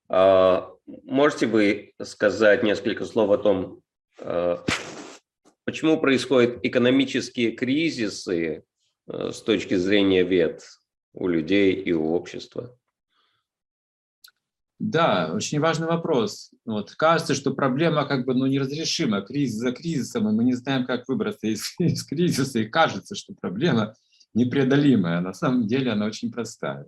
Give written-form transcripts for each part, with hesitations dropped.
Можете вы сказать несколько слов о том, почему происходят экономические кризисы с точки зрения вет у людей и у общества? Да, очень важный вопрос. Вот, кажется, что проблема как бы неразрешима, кризис за кризисом, и мы не знаем, как выбраться из кризиса, и кажется, что проблема непреодолимая. На самом деле она очень простая.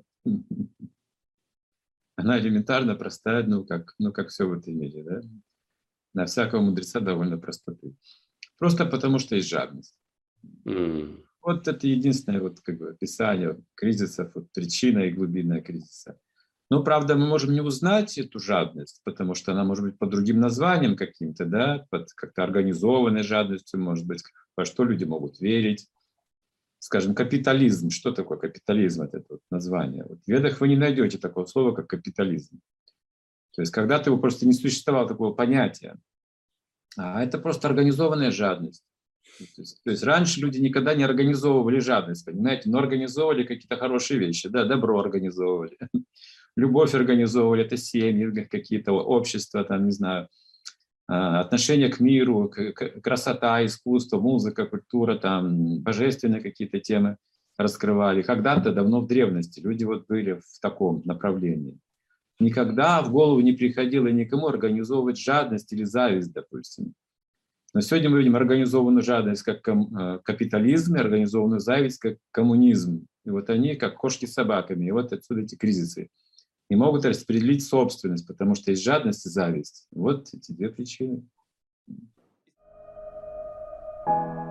Она элементарно простая, как все в этом мире. Да? На всякого мудреца довольно простоты. Просто потому, что есть жадность. Вот это единственное как бы, описание кризисов, причина и глубинная кризиса. Но, правда, мы можем не узнать эту жадность, потому что она может быть под другим названием каким-то, да, под как-то организованной жадностью, может быть, во что люди могут верить. Скажем, капитализм. Что такое капитализм? Это название. В Ведах вы не найдете такого слова, как капитализм. То есть когда-то его просто не существовало такого понятия. А это просто организованная жадность. То есть раньше люди никогда не организовывали жадность, понимаете, но организовывали какие-то хорошие вещи, да, добро организовывали, любовь организовывали, это семьи, какие-то общества, там, не знаю, отношение к миру, красота, искусство, музыка, культура, там, божественные какие-то темы раскрывали. Когда-то, давно в древности, люди были в таком направлении. Никогда в голову не приходило никому организовывать жадность или зависть, допустим. Но сегодня мы видим организованную жадность как капитализм, и организованную зависть как коммунизм. И вот они как кошки с собаками. И вот отсюда эти кризисы. Не могут распределить собственность, потому что есть жадность и зависть. Вот эти две причины.